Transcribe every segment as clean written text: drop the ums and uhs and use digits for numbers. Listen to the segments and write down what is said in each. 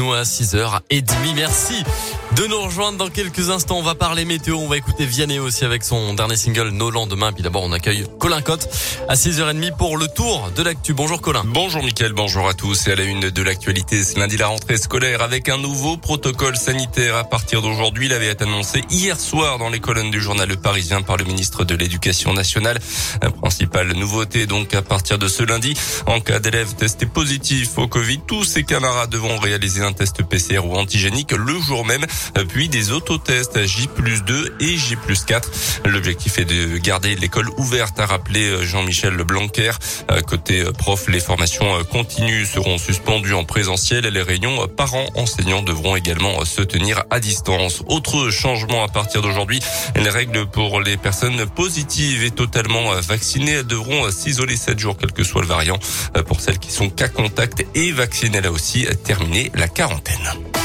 nous à 6h30. Merci de nous rejoindre dans quelques instants. On va parler météo. On va écouter Vianney aussi avec son dernier single Nos lendemains. Puis d'abord, on accueille Colin Cotte à 6h30 pour le tour de l'actu. Bonjour Colin. Bonjour Mickaël, bonjour à tous. Et à la une de l'actualité, ce lundi, la rentrée scolaire avec un nouveau protocole sanitaire à partir d'aujourd'hui. Il avait été annoncé hier soir dans les colonnes du journal Le Parisien par le ministre de l'Éducation nationale. La principale nouveauté donc à partir de ce lundi. En cas d'élèves testés positifs au Covid, tous ses camarades devront réaliser un test PCR ou antigénique le jour même, puis des autotests J+2 et J+4. L'objectif est de garder l'école ouverte, a rappelé Jean-Michel Blanquer. Côté prof, les formations continues seront suspendues en présentiel et les réunions parents-enseignants devront également se tenir à distance. Autre changement à partir d'aujourd'hui, les règles pour les personnes positives et totalement vaccinées, elles devront s'isoler 7 jours, quel que soit le variant. Pour celles qui sont cas contact et vaccinées, là aussi, terminer la quarantaine.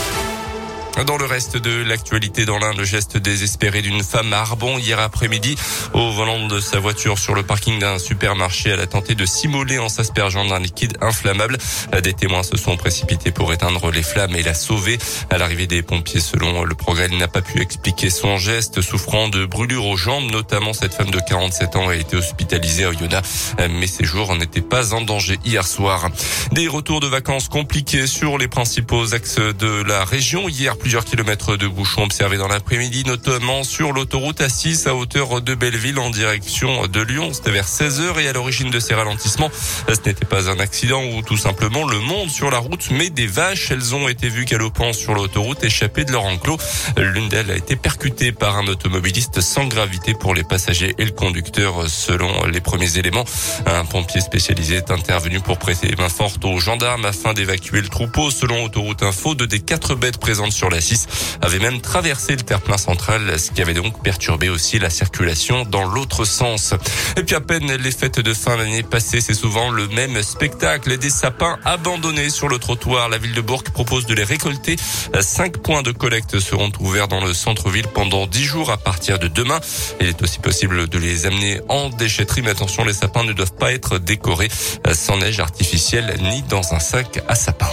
Dans le reste de l'actualité, dans l'Ain, le geste désespéré d'une femme à Arbon hier après-midi. Au volant de sa voiture sur le parking d'un supermarché, elle a tenté de s'immoler en s'aspergeant d'un liquide inflammable. Des témoins se sont précipités pour éteindre les flammes et la sauver. À l'arrivée des pompiers, selon le Progrès, elle n'a pas pu expliquer son geste, souffrant de brûlures aux jambes. Notamment, cette femme de 47 ans a été hospitalisée à Oyonnax, mais ses jours n'étaient pas en danger hier soir. Des retours de vacances compliqués sur les principaux axes de la région. Hier, plusieurs kilomètres de bouchons observés dans l'après-midi, notamment sur l'autoroute A6 à hauteur de Belleville en direction de Lyon. C'était vers 16h et à l'origine de ces ralentissements, ce n'était pas un accident ou tout simplement le monde sur la route, mais des vaches. Elles ont été vues galopant sur l'autoroute, échappées de leur enclos. L'une d'elles a été percutée par un automobiliste sans gravité pour les passagers et le conducteur, selon les premiers éléments. Un pompier spécialisé est intervenu pour prêter main forte aux gendarmes afin d'évacuer le troupeau. Selon Autoroute Info, 2 des 4 bêtes présentes sur la 6 avait même traversé le terre-plein central, ce qui avait donc perturbé aussi la circulation dans l'autre sens. Et puis à peine les fêtes de fin d'année passées, c'est souvent le même spectacle. Des sapins abandonnés sur le trottoir. La ville de Bourg propose de les récolter. 5 points de collecte seront ouverts dans le centre-ville pendant 10 jours à partir de demain. Il est aussi possible de les amener en déchetterie, mais attention, les sapins ne doivent pas être décorés sans neige artificielle ni dans un sac à sapin.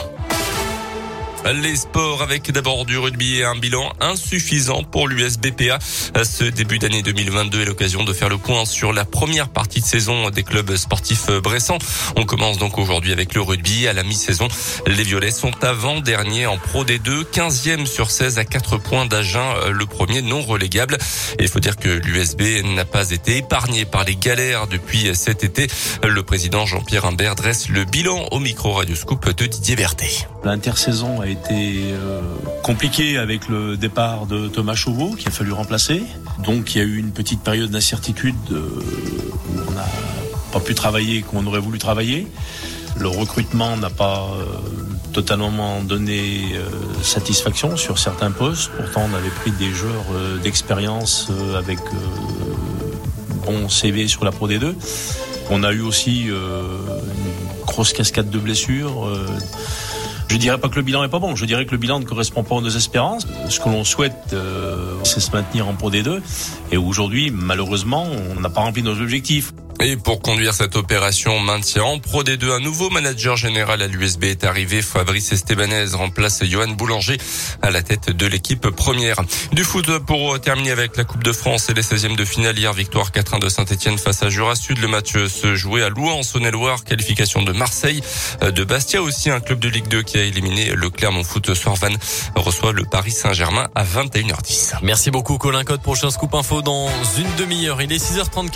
Les sports avec d'abord du rugby et un bilan insuffisant pour l'USBPA. Ce début d'année 2022 est l'occasion de faire le point sur la première partie de saison des clubs sportifs bressans. On commence donc aujourd'hui avec le rugby. À la mi-saison, les Violets sont avant-derniers en Pro D2, 15e sur 16 à 4 points d'Agen, le premier non relégable. Et il faut dire que l'USB n'a pas été épargné par les galères depuis cet été. Le président Jean-Pierre Imbert dresse le bilan au micro Radio Scoop de Didier Berthet. L'intersaison a été compliquée avec le départ de Thomas Chauveau qu'il a fallu remplacer. Donc il y a eu une petite période d'incertitude où on n'a pas pu travailler qu'on aurait voulu travailler. Le recrutement n'a pas totalement donné satisfaction sur certains postes. Pourtant on avait pris des joueurs d'expérience avec bon CV sur la Pro D2. On a eu aussi une grosse cascade de blessures. Je dirais pas que le bilan est pas bon, je dirais que le bilan ne correspond pas à nos espérances. Ce que l'on souhaite, c'est se maintenir en Pro D2. Et aujourd'hui, malheureusement, on n'a pas rempli nos objectifs. Et pour conduire cette opération maintien en Pro D2, un nouveau manager général à l'USB est arrivé. Fabrice Estebanez remplace Johan Boulanger à la tête de l'équipe première. Du foot pour terminer avec la Coupe de France et les 16e de finale. Hier, victoire 4-1 de Saint-Etienne face à Jura Sud. Le match se jouait à Louhans en Saône-et-Loire. Qualification de Marseille, de Bastia aussi, un club de Ligue 2 qui a éliminé le Clermont Foot. Sorvan reçoit le Paris Saint-Germain à 21h10. Merci beaucoup Colin Cotte. Prochain scoop info dans une demi-heure. Il est 6h34.